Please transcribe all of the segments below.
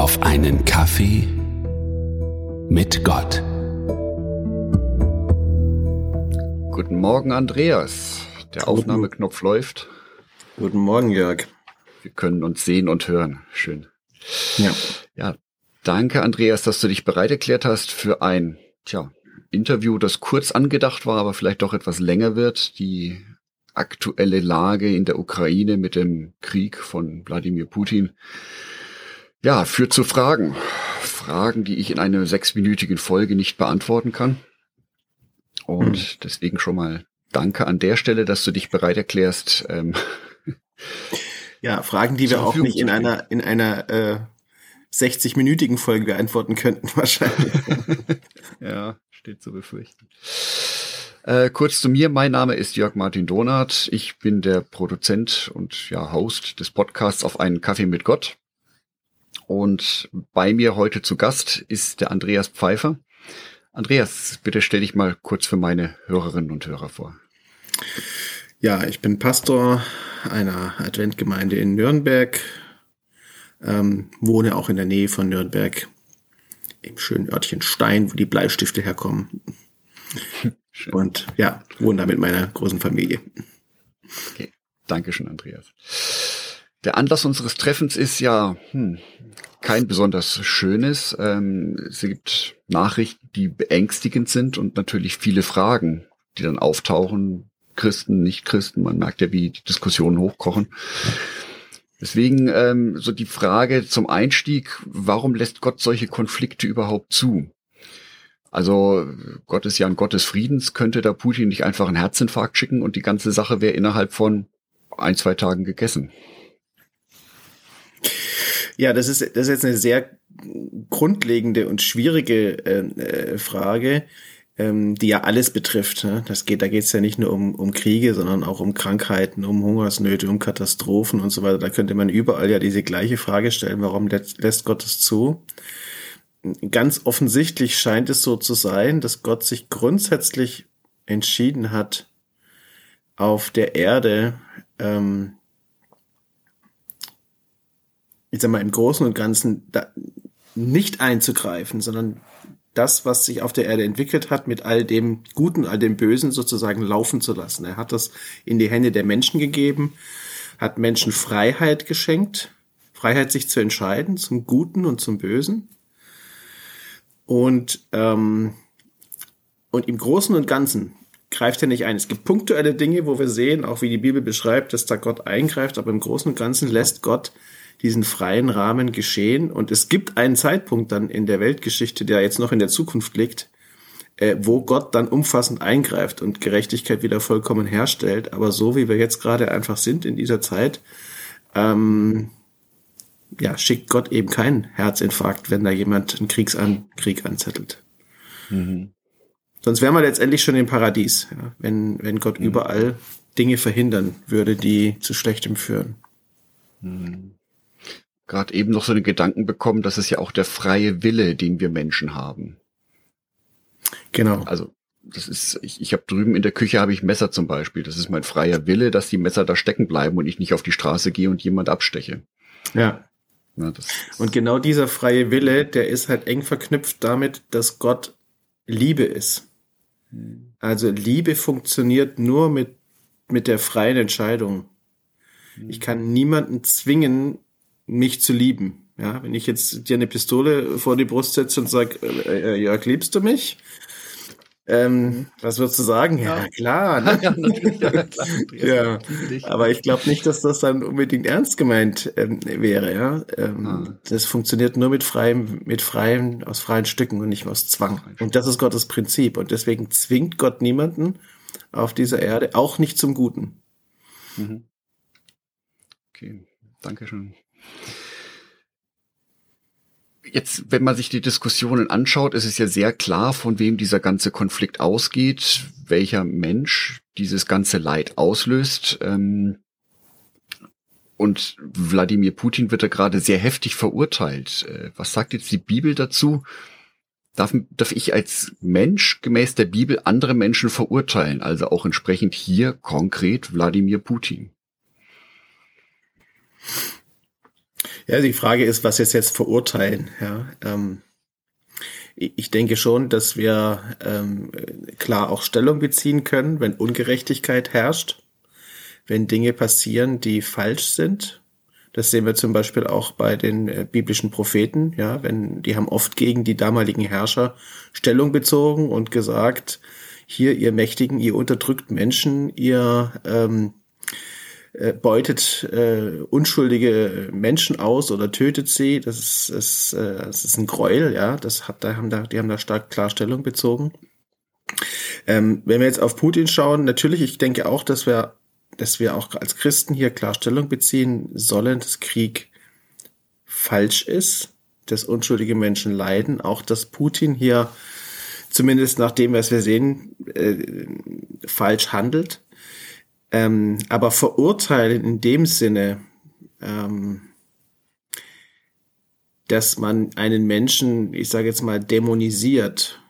Auf einen Kaffee mit Gott. Guten Morgen, Andreas. Der Aufnahmeknopf läuft. Guten Morgen, Jörg. Wir können uns sehen und hören. Schön. Ja, danke, Andreas, dass du dich bereit erklärt hast für ein Interview, das kurz angedacht war, aber vielleicht doch etwas länger wird. Die aktuelle Lage in der Ukraine mit dem Krieg von Wladimir Putin führt zu Fragen. Fragen, die ich in einer 6-minütigen Folge nicht beantworten kann. Und deswegen schon mal danke an der Stelle, dass du dich bereit erklärst. Fragen, die wir auch nicht in einer 60-minütigen Folge beantworten könnten, wahrscheinlich. Ja, steht zu befürchten. Kurz zu mir, mein Name ist Jörg Martin Donath. Ich bin der Produzent und Host des Podcasts Auf einen Kaffee mit Gott. Und bei mir heute zu Gast ist der Andreas Pfeiffer. Andreas, bitte stell dich mal kurz für meine Hörerinnen und Hörer vor. Ja, ich bin Pastor einer Adventgemeinde in Nürnberg, wohne auch in der Nähe von Nürnberg, im schönen Örtchen Stein, wo die Bleistifte herkommen. Schön. Und wohne da mit meiner großen Familie. Okay, Dankeschön, Andreas. Der Anlass unseres Treffens ist kein besonders schönes. Es gibt Nachrichten, die beängstigend sind und natürlich viele Fragen, die dann auftauchen. Christen, Nicht-Christen, man merkt ja, wie die Diskussionen hochkochen. Deswegen so die Frage zum Einstieg, warum lässt Gott solche Konflikte überhaupt zu? Also Gott ist ja ein Gott des Friedens, könnte da Putin nicht einfach einen Herzinfarkt schicken und die ganze Sache wäre innerhalb von 1-2 Tagen gegessen? Ja, das ist jetzt eine sehr grundlegende und schwierige Frage, die ja alles betrifft. Ne? Da geht's ja nicht nur um Kriege, sondern auch um Krankheiten, um Hungersnöte, um Katastrophen und so weiter. Da könnte man überall ja diese gleiche Frage stellen, warum lässt Gott es zu? Ganz offensichtlich scheint es so zu sein, dass Gott sich grundsätzlich entschieden hat, auf der Erde im Großen und Ganzen nicht einzugreifen, sondern das, was sich auf der Erde entwickelt hat, mit all dem Guten, all dem Bösen sozusagen laufen zu lassen. Er hat das in die Hände der Menschen gegeben, hat Menschen Freiheit geschenkt, Freiheit, sich zu entscheiden, zum Guten und zum Bösen. Und im Großen und Ganzen greift er nicht ein. Es gibt punktuelle Dinge, wo wir sehen, auch wie die Bibel beschreibt, dass da Gott eingreift, aber im Großen und Ganzen lässt Gott diesen freien Rahmen geschehen. Und es gibt einen Zeitpunkt dann in der Weltgeschichte, der jetzt noch in der Zukunft liegt, wo Gott dann umfassend eingreift und Gerechtigkeit wieder vollkommen herstellt. Aber so wie wir jetzt gerade einfach sind in dieser Zeit, schickt Gott eben keinen Herzinfarkt, wenn da jemand einen Krieg anzettelt. Mhm. Sonst wären wir letztendlich schon im Paradies, wenn Gott überall Dinge verhindern würde, die zu Schlechtem führen. Mhm. Gerade eben noch so einen Gedanken bekommen, das ist ja auch der freie Wille, den wir Menschen haben. Genau. Also das ist, ich habe drüben in der Küche habe ich Messer zum Beispiel. Das ist mein freier Wille, dass die Messer da stecken bleiben und ich nicht auf die Straße gehe und jemand absteche. Ja. Und genau dieser freie Wille, der ist halt eng verknüpft damit, dass Gott Liebe ist. Also Liebe funktioniert nur mit der freien Entscheidung. Ich kann niemanden zwingen, mich zu lieben. Ja, wenn ich jetzt dir eine Pistole vor die Brust setze und sage, Jörg, liebst du mich? Was würdest du sagen? Ja, klar. Ne? Ja, natürlich, klar. Aber ich glaube nicht, dass das dann unbedingt ernst gemeint wäre. Ja, das funktioniert nur aus freien Stücken und nicht aus Zwang. Und das ist Gottes Prinzip. Und deswegen zwingt Gott niemanden auf dieser Erde, auch nicht zum Guten. Mhm. Okay, danke schön. Jetzt, wenn man sich die Diskussionen anschaut, ist es ja sehr klar, von wem dieser ganze Konflikt ausgeht, welcher Mensch dieses ganze Leid auslöst. Und Wladimir Putin wird da gerade sehr heftig verurteilt. Was sagt jetzt die Bibel dazu? Darf ich als Mensch gemäß der Bibel andere Menschen verurteilen? Also auch entsprechend hier konkret Wladimir Putin. Ja, die Frage ist, was jetzt verurteilen. Ja, ich denke schon, dass wir klar auch Stellung beziehen können, wenn Ungerechtigkeit herrscht, wenn Dinge passieren, die falsch sind. Das sehen wir zum Beispiel auch bei den biblischen Propheten. Ja, die haben oft gegen die damaligen Herrscher Stellung bezogen und gesagt: Hier, ihr Mächtigen, ihr unterdrückt Menschen, ihr beutet unschuldige Menschen aus oder tötet sie. Das ist ein Gräuel, ja. Die haben da stark klar Stellung bezogen. Wenn wir jetzt auf Putin schauen, natürlich, ich denke auch, dass wir auch als Christen hier klar Stellung beziehen sollen, dass Krieg falsch ist, dass unschuldige Menschen leiden, auch dass Putin hier zumindest nach dem, was wir sehen, falsch handelt. Aber verurteilen in dem Sinne, dass man einen Menschen, ich sage jetzt mal, dämonisiert,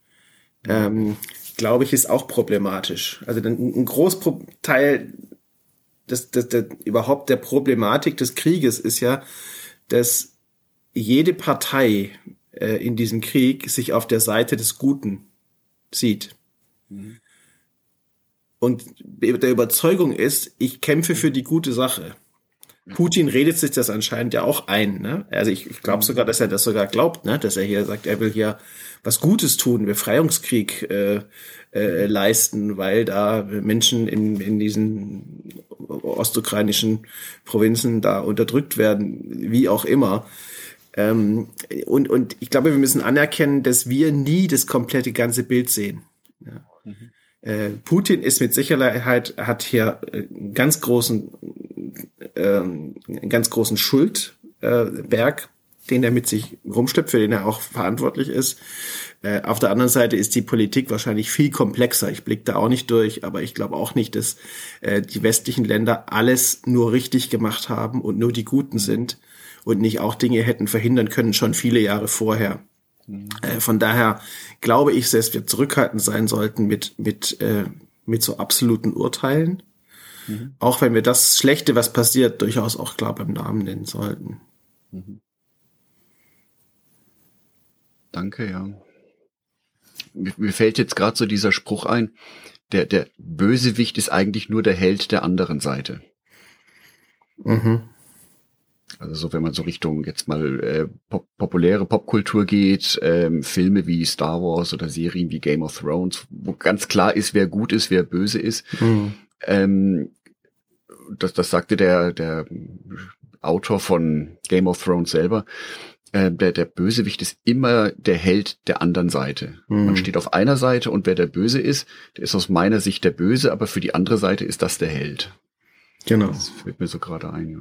glaube ich, ist auch problematisch. Also ein Großteil überhaupt der Problematik des Krieges ist ja, dass jede Partei in diesem Krieg sich auf der Seite des Guten sieht. Mhm. Und der Überzeugung ist, ich kämpfe für die gute Sache. Putin redet sich das anscheinend ja auch ein. Ne? Also ich glaube sogar, dass er das sogar glaubt, ne? Dass er hier sagt, er will hier was Gutes tun, Befreiungskrieg leisten, weil da Menschen in diesen ostukrainischen Provinzen da unterdrückt werden, wie auch immer. Und ich glaube, wir müssen anerkennen, dass wir nie das komplette ganze Bild sehen. Ja. Mhm. Putin ist mit Sicherheit, hat hier einen ganz großen Schuldberg, den er mit sich rumschleppt, für den er auch verantwortlich ist. Auf der anderen Seite ist die Politik wahrscheinlich viel komplexer. Ich blicke da auch nicht durch, aber ich glaube auch nicht, dass die westlichen Länder alles nur richtig gemacht haben und nur die Guten sind und nicht auch Dinge hätten verhindern können, schon viele Jahre vorher. Von daher glaube ich, dass wir zurückhaltend sein sollten mit so absoluten Urteilen. Mhm. Auch wenn wir das Schlechte, was passiert, durchaus auch klar beim Namen nennen sollten. Mhm. Danke, ja. Mir fällt jetzt gerade so dieser Spruch ein, der Bösewicht ist eigentlich nur der Held der anderen Seite. Mhm. Also so, wenn man so Richtung jetzt mal populäre Popkultur geht, Filme wie Star Wars oder Serien wie Game of Thrones, wo ganz klar ist, wer gut ist, wer böse ist. Mhm. Das sagte der Autor von Game of Thrones selber. Der Bösewicht ist immer der Held der anderen Seite. Mhm. Man steht auf einer Seite und wer der Böse ist, der ist aus meiner Sicht der Böse, aber für die andere Seite ist das der Held. Genau. Das fällt mir so gerade ein, ja.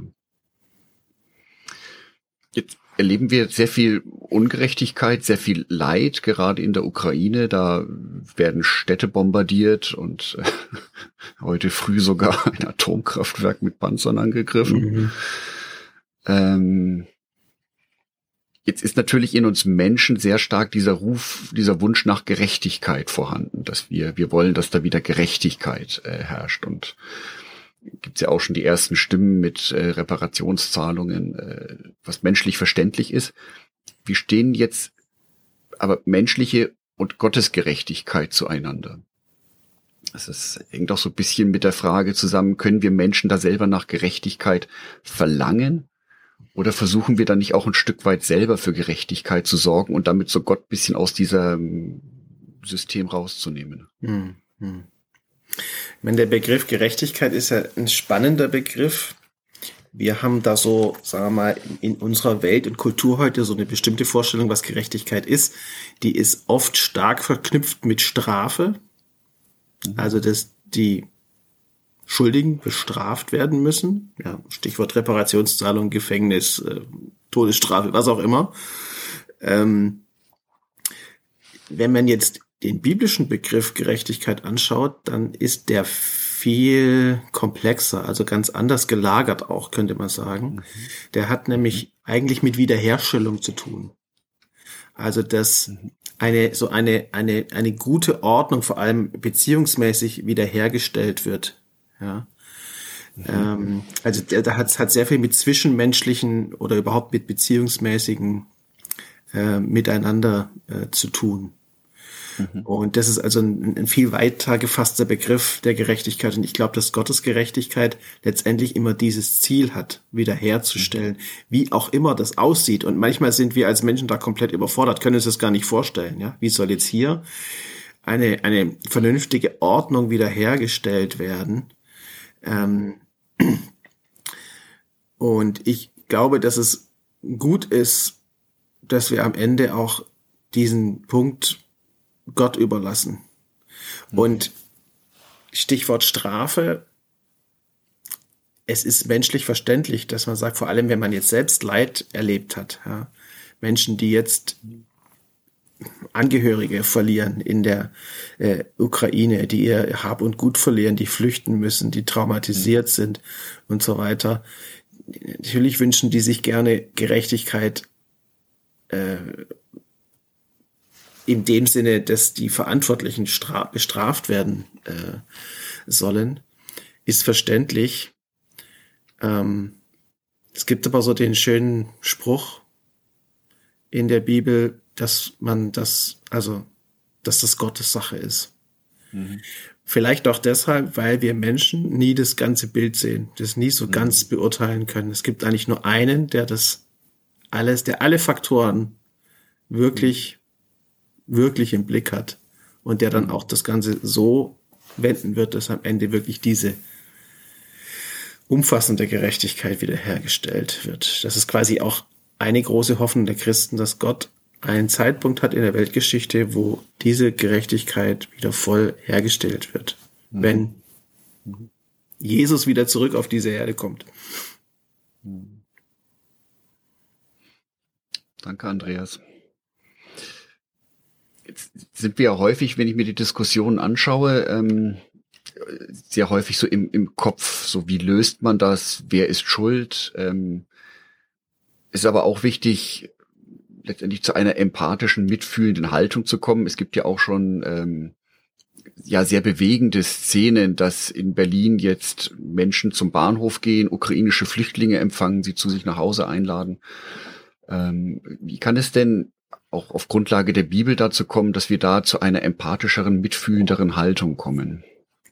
Jetzt erleben wir sehr viel Ungerechtigkeit, sehr viel Leid, gerade in der Ukraine. Da werden Städte bombardiert und heute früh sogar ein Atomkraftwerk mit Panzern angegriffen. Mhm. Jetzt ist natürlich in uns Menschen sehr stark dieser Wunsch nach Gerechtigkeit vorhanden, dass wir wollen, dass da wieder Gerechtigkeit herrscht. Und gibt's ja auch schon die ersten Stimmen mit Reparationszahlungen, was menschlich verständlich ist. Wie stehen jetzt aber menschliche und Gottesgerechtigkeit zueinander? Das hängt auch so ein bisschen mit der Frage zusammen, können wir Menschen da selber nach Gerechtigkeit verlangen? Oder versuchen wir dann nicht auch ein Stück weit selber für Gerechtigkeit zu sorgen und damit so Gott ein bisschen aus diesem System rauszunehmen? Hm. Ich meine, der Begriff Gerechtigkeit ist ja ein spannender Begriff. Wir haben da so, sagen wir mal, in unserer Welt und Kultur heute so eine bestimmte Vorstellung, was Gerechtigkeit ist. Die ist oft stark verknüpft mit Strafe. Also, dass die Schuldigen bestraft werden müssen. Ja, Stichwort Reparationszahlung, Gefängnis, Todesstrafe, was auch immer. Wenn man jetzt den biblischen Begriff Gerechtigkeit anschaut, dann ist der viel komplexer, also ganz anders gelagert auch, könnte man sagen. Mhm. Der hat nämlich eigentlich mit Wiederherstellung zu tun. Also, dass eine gute Ordnung vor allem beziehungsmäßig wiederhergestellt wird. Ja. Also da hat sehr viel mit zwischenmenschlichen oder überhaupt mit beziehungsmäßigen Miteinander zu tun. Und das ist also ein viel weiter gefasster Begriff der Gerechtigkeit. Und ich glaube, dass Gottes Gerechtigkeit letztendlich immer dieses Ziel hat, wiederherzustellen, wie auch immer das aussieht. Und manchmal sind wir als Menschen da komplett überfordert, können uns das gar nicht vorstellen. Ja, wie soll jetzt hier eine vernünftige Ordnung wiederhergestellt werden? Und ich glaube, dass es gut ist, dass wir am Ende auch diesen Punkt Gott überlassen. Und Stichwort Strafe, es ist menschlich verständlich, dass man sagt, vor allem wenn man jetzt selbst Leid erlebt hat, ja, Menschen, die jetzt Angehörige verlieren in der Ukraine, die ihr Hab und Gut verlieren, die flüchten müssen, die traumatisiert sind und so weiter. Natürlich wünschen die sich gerne Gerechtigkeit in dem Sinne, dass die Verantwortlichen bestraft werden sollen, ist verständlich. Es gibt aber so den schönen Spruch in der Bibel, dass das Gottes Sache ist. Vielleicht auch deshalb, weil wir Menschen nie das ganze Bild sehen, das nie so ganz beurteilen können. Es gibt eigentlich nur einen, der alle Faktoren wirklich im Blick hat und der dann auch das Ganze so wenden wird, dass am Ende wirklich diese umfassende Gerechtigkeit wiederhergestellt wird. Das ist quasi auch eine große Hoffnung der Christen, dass Gott einen Zeitpunkt hat in der Weltgeschichte, wo diese Gerechtigkeit wieder voll hergestellt wird, wenn Jesus wieder zurück auf diese Erde kommt. Danke, Andreas. Jetzt sind wir ja häufig, wenn ich mir die Diskussionen anschaue, sehr häufig so im Kopf, so wie löst man das, wer ist schuld, ist aber auch wichtig, letztendlich zu einer empathischen, mitfühlenden Haltung zu kommen. Es gibt ja auch schon sehr bewegende Szenen, dass in Berlin jetzt Menschen zum Bahnhof gehen, ukrainische Flüchtlinge empfangen, sie zu sich nach Hause einladen. Wie kann es denn auch auf Grundlage der Bibel dazu kommen, dass wir da zu einer empathischeren, mitfühlenderen Haltung kommen?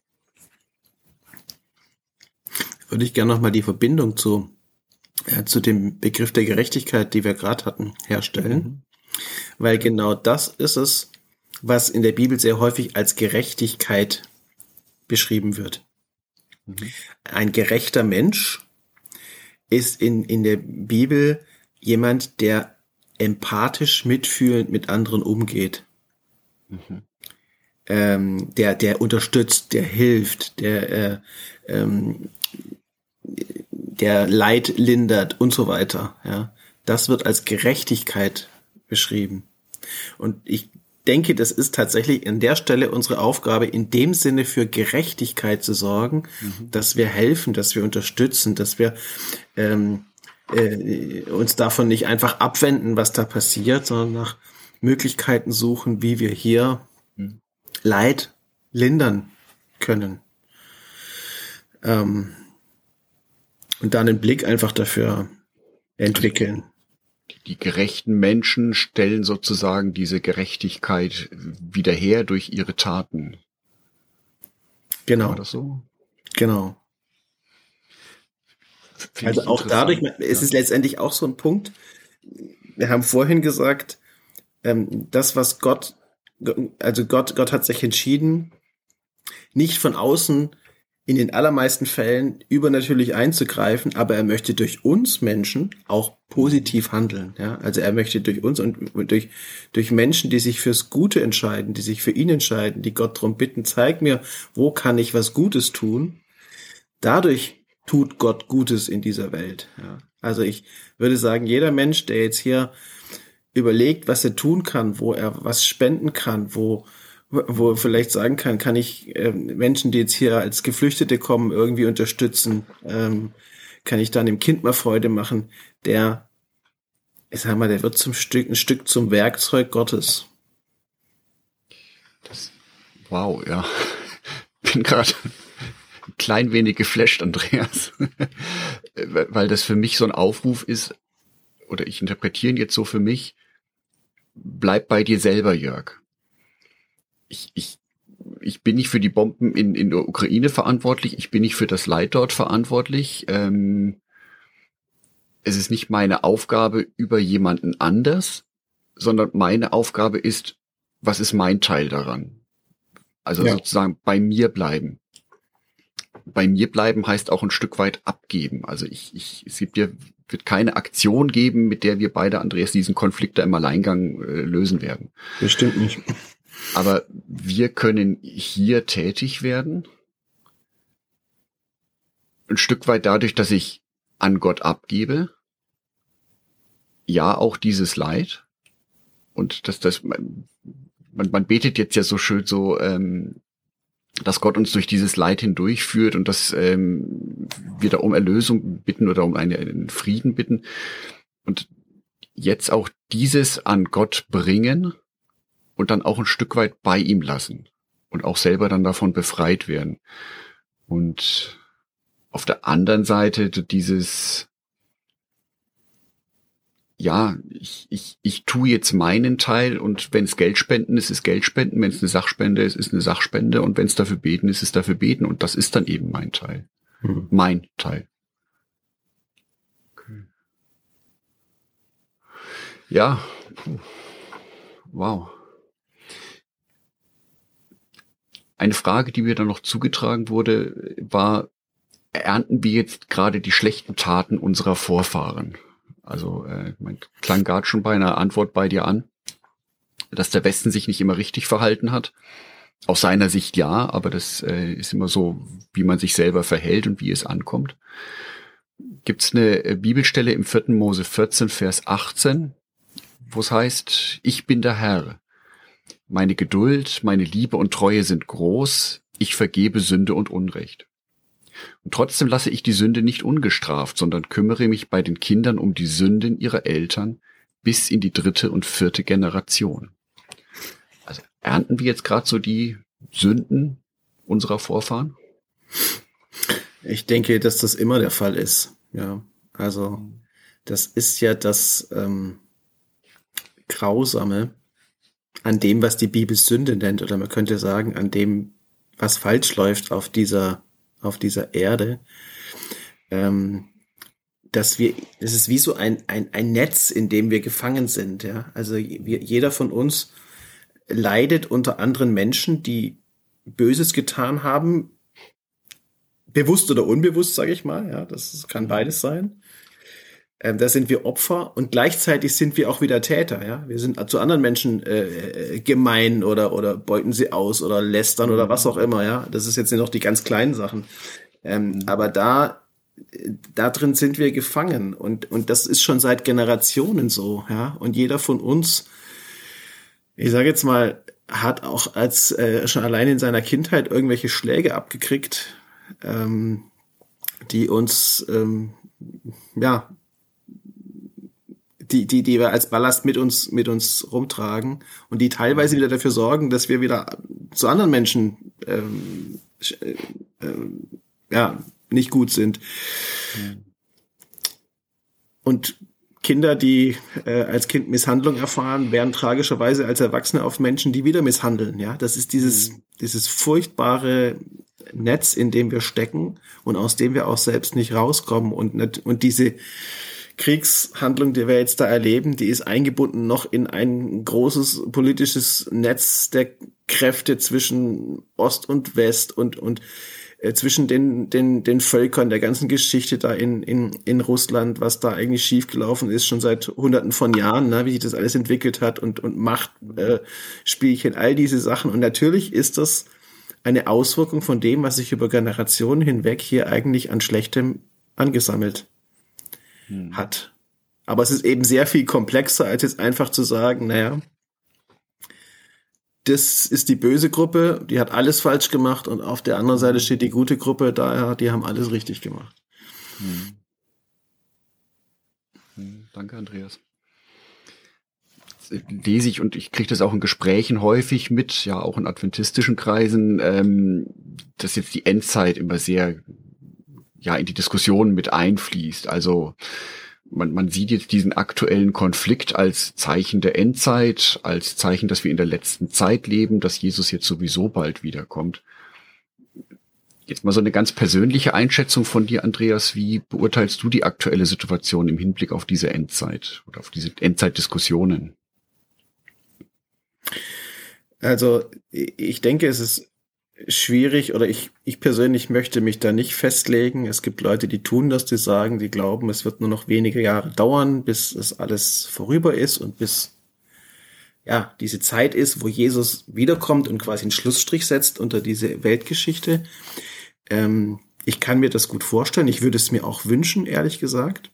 Würde ich gerne nochmal die Verbindung zu dem Begriff der Gerechtigkeit, die wir gerade hatten, herstellen. Weil genau das ist es, was in der Bibel sehr häufig als Gerechtigkeit beschrieben wird. Ein gerechter Mensch ist in der Bibel jemand, der empathisch mitfühlend mit anderen umgeht. Der unterstützt, der hilft, der Leid lindert und so weiter. Ja, das wird als Gerechtigkeit beschrieben. Und ich denke, das ist tatsächlich an der Stelle unsere Aufgabe, in dem Sinne für Gerechtigkeit zu sorgen, dass wir helfen, dass wir unterstützen, dass wir uns davon nicht einfach abwenden, was da passiert, sondern nach Möglichkeiten suchen, wie wir hier Leid lindern können. Und dann einen Blick einfach dafür entwickeln. Die gerechten Menschen stellen sozusagen diese Gerechtigkeit wieder her durch ihre Taten. Genau. War das so? Genau. Also auch dadurch, es ist letztendlich auch so ein Punkt, wir haben vorhin gesagt, das, was Gott hat sich entschieden, nicht von außen in den allermeisten Fällen übernatürlich einzugreifen, aber er möchte durch uns Menschen auch positiv handeln. Ja? Also er möchte durch uns und durch Menschen, die sich fürs Gute entscheiden, die sich für ihn entscheiden, die Gott darum bitten, zeig mir, wo kann ich was Gutes tun. Dadurch tut Gott Gutes in dieser Welt. Ja? Also ich würde sagen, jeder Mensch, der jetzt hier überlegt, was er tun kann, wo er was spenden kann, wo er vielleicht sagen kann ich Menschen, die jetzt hier als Geflüchtete kommen, irgendwie unterstützen, kann ich dann dem Kind mal Freude machen, der wird ein Stück zum Werkzeug Gottes. Wow, ja. Bin gerade ein klein wenig geflasht, Andreas, weil das für mich so ein Aufruf ist, oder ich interpretiere ihn jetzt so für mich, bleib bei dir selber, Jörg. Ich bin nicht für die Bomben in der Ukraine verantwortlich, ich bin nicht für das Leid dort verantwortlich. Es ist nicht meine Aufgabe über jemanden anders, sondern meine Aufgabe ist, was ist mein Teil daran? Also sozusagen bei mir bleiben. Bei mir bleiben heißt auch ein Stück weit abgeben. Also es wird keine Aktion geben, mit der wir beide, Andreas, diesen Konflikt da im Alleingang lösen werden. Bestimmt nicht. Aber wir können hier tätig werden. Ein Stück weit dadurch, dass ich an Gott abgebe. Ja, auch dieses Leid. Und man betet jetzt ja so schön so, dass Gott uns durch dieses Leid hindurchführt und dass wir da um Erlösung bitten oder um einen Frieden bitten. Und jetzt auch dieses an Gott bringen und dann auch ein Stück weit bei ihm lassen und auch selber dann davon befreit werden. Und auf der anderen Seite dieses, ja, ich tue jetzt meinen Teil und wenn es Geldspenden ist, ist Geldspenden, wenn es eine Sachspende ist, ist eine Sachspende und wenn es dafür beten ist, ist dafür beten und das ist dann eben mein Teil. Mein Teil. Okay. Ja, wow. Eine Frage, die mir dann noch zugetragen wurde, war, ernten wir jetzt gerade die schlechten Taten unserer Vorfahren? Also man klang gerade schon bei einer Antwort bei dir an, dass der Westen sich nicht immer richtig verhalten hat. Aus seiner Sicht ja, aber das ist immer so, wie man sich selber verhält und wie es ankommt. Gibt es eine Bibelstelle im 4. Mose 14, Vers 18, wo es heißt, ich bin der Herr. Meine Geduld, meine Liebe und Treue sind groß, ich vergebe Sünde und Unrecht. Und trotzdem lasse ich die Sünde nicht ungestraft, sondern kümmere mich bei den Kindern um die Sünden ihrer Eltern bis in die 3. und 4. Generation. Also ernten wir jetzt gerade so die Sünden unserer Vorfahren? Ich denke, dass das immer der Fall ist. Ja, also das ist ja das Grausame an dem, was die Bibel Sünde nennt, oder man könnte sagen, an dem, was falsch läuft auf dieser Erde, es ist wie so ein Netz, in dem wir gefangen sind, ja. Also jeder von uns leidet unter anderen Menschen, die Böses getan haben, bewusst oder unbewusst, sage ich mal, ja, das kann beides sein. Da sind wir Opfer und gleichzeitig sind wir auch wieder Täter, ja. Wir sind zu anderen Menschen gemein oder beuten sie aus oder lästern oder was auch immer, ja. Das ist jetzt noch die ganz kleinen Sachen. Aber da drin sind wir gefangen und das ist schon seit Generationen so, ja. Und jeder von uns, ich sage jetzt mal, hat auch schon allein in seiner Kindheit irgendwelche Schläge abgekriegt, die uns, die wir als Ballast mit uns rumtragen und die teilweise wieder dafür sorgen, dass wir wieder zu anderen Menschen nicht gut sind. Und Kinder, die als Kind Misshandlung erfahren, werden tragischerweise als Erwachsene auf Menschen, die wieder misshandeln. Ja, das ist dieses furchtbare Netz, in dem wir stecken und aus dem wir auch selbst nicht rauskommen. Und diese Kriegshandlung, die wir jetzt da erleben, die ist eingebunden noch in ein großes politisches Netz der Kräfte zwischen Ost und West und zwischen den Völkern, der ganzen Geschichte da in Russland, was da eigentlich schiefgelaufen ist, schon seit Hunderten von Jahren, ne, wie sich das alles entwickelt hat und Machtspielchen, all diese Sachen. Und natürlich ist das eine Auswirkung von dem, was sich über Generationen hinweg hier eigentlich an Schlechtem angesammelt hat. Aber es ist eben sehr viel komplexer, als jetzt einfach zu sagen, naja, das ist die böse Gruppe, die hat alles falsch gemacht und auf der anderen Seite steht die gute Gruppe, die haben alles richtig gemacht. Danke, Andreas. Das lese ich und ich kriege das auch in Gesprächen häufig mit, ja auch in adventistischen Kreisen, dass jetzt die Endzeit immer sehr in die Diskussion mit einfließt. Also man sieht jetzt diesen aktuellen Konflikt als Zeichen der Endzeit, als Zeichen, dass wir in der letzten Zeit leben, dass Jesus jetzt sowieso bald wiederkommt. Jetzt mal so eine ganz persönliche Einschätzung von dir, Andreas. Wie beurteilst du die aktuelle Situation im Hinblick auf diese Endzeit oder auf diese Endzeitdiskussionen? Also ich denke, es ist schwierig, oder ich persönlich möchte mich da nicht festlegen. Es gibt Leute, die tun das, die sagen, die glauben, es wird nur noch wenige Jahre dauern, bis es alles vorüber ist und bis diese Zeit ist, wo Jesus wiederkommt und quasi einen Schlussstrich setzt unter diese Weltgeschichte. Ich kann mir das gut vorstellen. Ich würde es mir auch wünschen, ehrlich gesagt.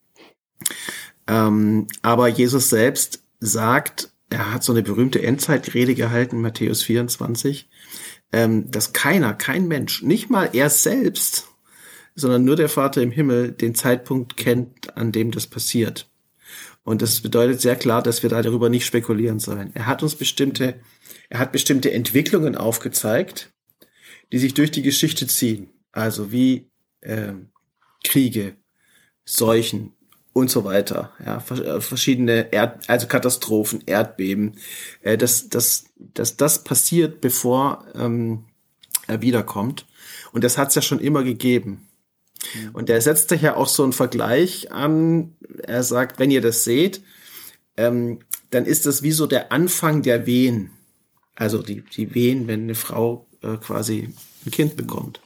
Aber Jesus selbst sagt, er hat so eine berühmte Endzeitrede gehalten, Matthäus 24, dass kein Mensch, nicht mal er selbst, sondern nur der Vater im Himmel den Zeitpunkt kennt, an dem das passiert. Und das bedeutet sehr klar, dass wir da darüber nicht spekulieren sollen. Er hat bestimmte Entwicklungen aufgezeigt, die sich durch die Geschichte ziehen. Also wie Kriege, Seuchen und so weiter. Ja, verschiedene Katastrophen, Erdbeben. Dass das passiert, bevor er wiederkommt. Und das hat es ja schon immer gegeben. Und er setzt sich ja auch so einen Vergleich an. Er sagt, wenn ihr das seht, dann ist das wie so der Anfang der Wehen. Also die Wehen, wenn eine Frau quasi ein Kind bekommt.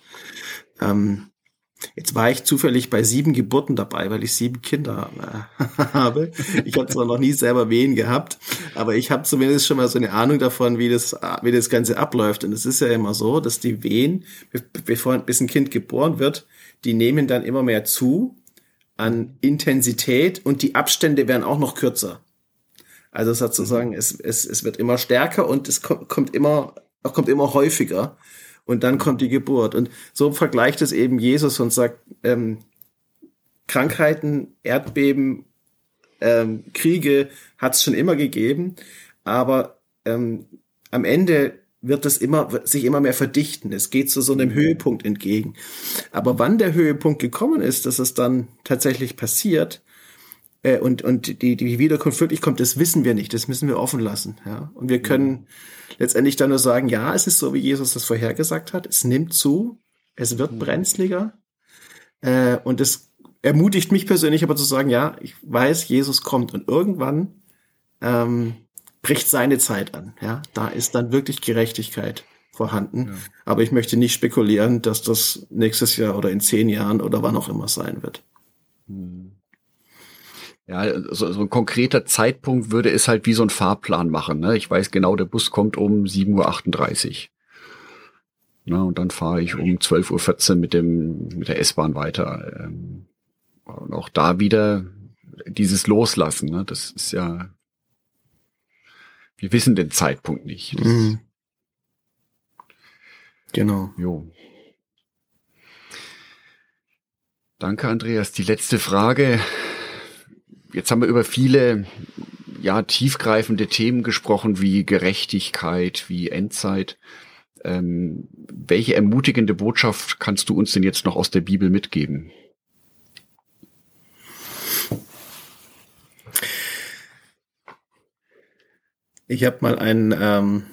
Jetzt war ich zufällig bei 7 Geburten dabei, weil ich 7 Kinder habe. Ich habe zwar noch nie selber Wehen gehabt, aber ich habe zumindest schon mal so eine Ahnung davon, wie das Ganze abläuft. Und es ist ja immer so, dass die Wehen, bis ein Kind geboren wird, die nehmen dann immer mehr zu an Intensität und die Abstände werden auch noch kürzer. Also sozusagen, es wird immer stärker und es kommt immer häufiger. Und dann kommt die Geburt. Und so vergleicht es eben Jesus und sagt, Krankheiten, Erdbeben, Kriege hat es schon immer gegeben, aber am Ende wird es sich immer mehr verdichten. Es geht zu so einem Höhepunkt entgegen. Aber wann der Höhepunkt gekommen ist, dass es dann tatsächlich passiert und die Wiederkunft wirklich kommt, das wissen wir nicht. Das müssen wir offen lassen. Ja? Und wir können letztendlich dann nur sagen, ja, es ist so, wie Jesus das vorhergesagt hat. Es nimmt zu, es wird brenzliger. Und es ermutigt mich persönlich aber zu sagen, ja, ich weiß, Jesus kommt und irgendwann bricht seine Zeit an. Ja, da ist dann wirklich Gerechtigkeit vorhanden. Ja. Aber ich möchte nicht spekulieren, dass das nächstes Jahr oder in 10 Jahren oder wann auch immer sein wird. Ja, so ein konkreter Zeitpunkt würde es halt wie so ein Fahrplan machen. Ne? Ich weiß genau, der Bus kommt um 7:38 Uhr. Na, und dann fahre ich um 12:14 Uhr mit der S-Bahn weiter. Und auch da wieder dieses Loslassen. Ne? Das ist ja, wir wissen den Zeitpunkt nicht. Genau. Jo. Danke, Andreas. Die letzte Frage. Jetzt haben wir über viele, tiefgreifende Themen gesprochen, wie Gerechtigkeit, wie Endzeit. Welche ermutigende Botschaft kannst du uns denn jetzt noch aus der Bibel mitgeben? Ich habe mal einen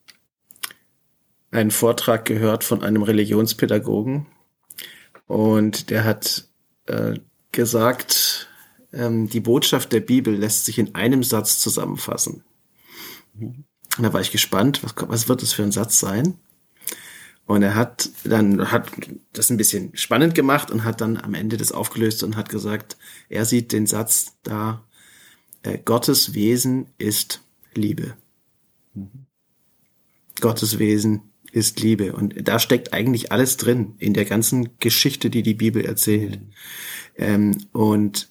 Vortrag gehört von einem Religionspädagogen und der hat gesagt, die Botschaft der Bibel lässt sich in einem Satz zusammenfassen. Und da war ich gespannt, was wird das für ein Satz sein? Und er hat das ein bisschen spannend gemacht und hat dann am Ende das aufgelöst und hat gesagt, er sieht den Satz da, Gottes Wesen ist Liebe. Gottes Wesen ist Liebe. Und da steckt eigentlich alles drin in der ganzen Geschichte, die die Bibel erzählt. Und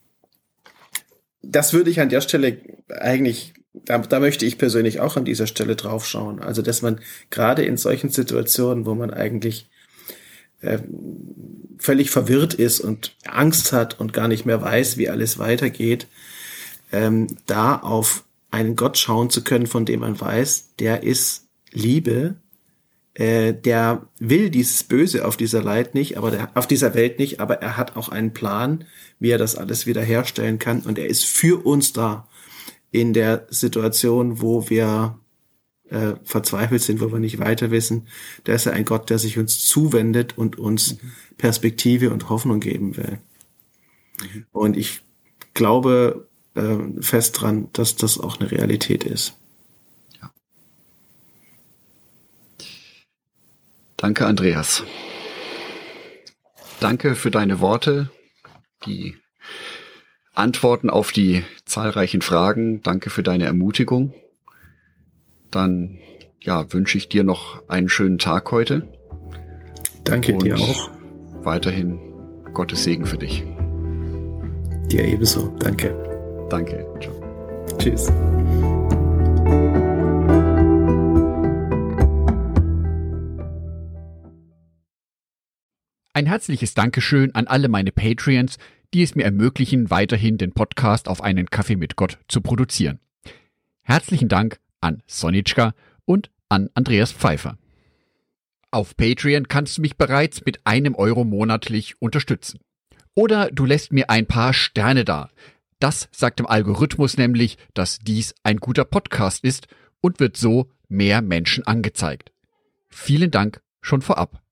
das würde ich an der Stelle eigentlich, da möchte ich persönlich auch an dieser Stelle drauf schauen. Also, dass man gerade in solchen Situationen, wo man eigentlich völlig verwirrt ist und Angst hat und gar nicht mehr weiß, wie alles weitergeht, da auf einen Gott schauen zu können, von dem man weiß, der ist Liebe, der will dieses Böse auf dieser Welt nicht, aber er hat auch einen Plan, wie er das alles wiederherstellen kann, und er ist für uns da in der Situation, wo wir verzweifelt sind, wo wir nicht weiter wissen. Da ist er ein Gott, der sich uns zuwendet und uns Perspektive und Hoffnung geben will. Und ich glaube fest dran, dass das auch eine Realität ist. Ja. Danke, Andreas. Danke für deine Worte, die Antworten auf die zahlreichen Fragen. Danke für deine Ermutigung. Dann wünsche ich dir noch einen schönen Tag heute. Danke dir auch. Weiterhin Gottes Segen für dich. Dir ebenso. Danke. Danke. Ciao. Tschüss. Ein herzliches Dankeschön an alle meine Patreons, die es mir ermöglichen, weiterhin den Podcast auf einen Kaffee mit Gott zu produzieren. Herzlichen Dank an Sonitschka und an Andreas Pfeiffer. Auf Patreon kannst du mich bereits mit €1 monatlich unterstützen. Oder du lässt mir ein paar Sterne da. Das sagt dem Algorithmus nämlich, dass dies ein guter Podcast ist und wird so mehr Menschen angezeigt. Vielen Dank schon vorab.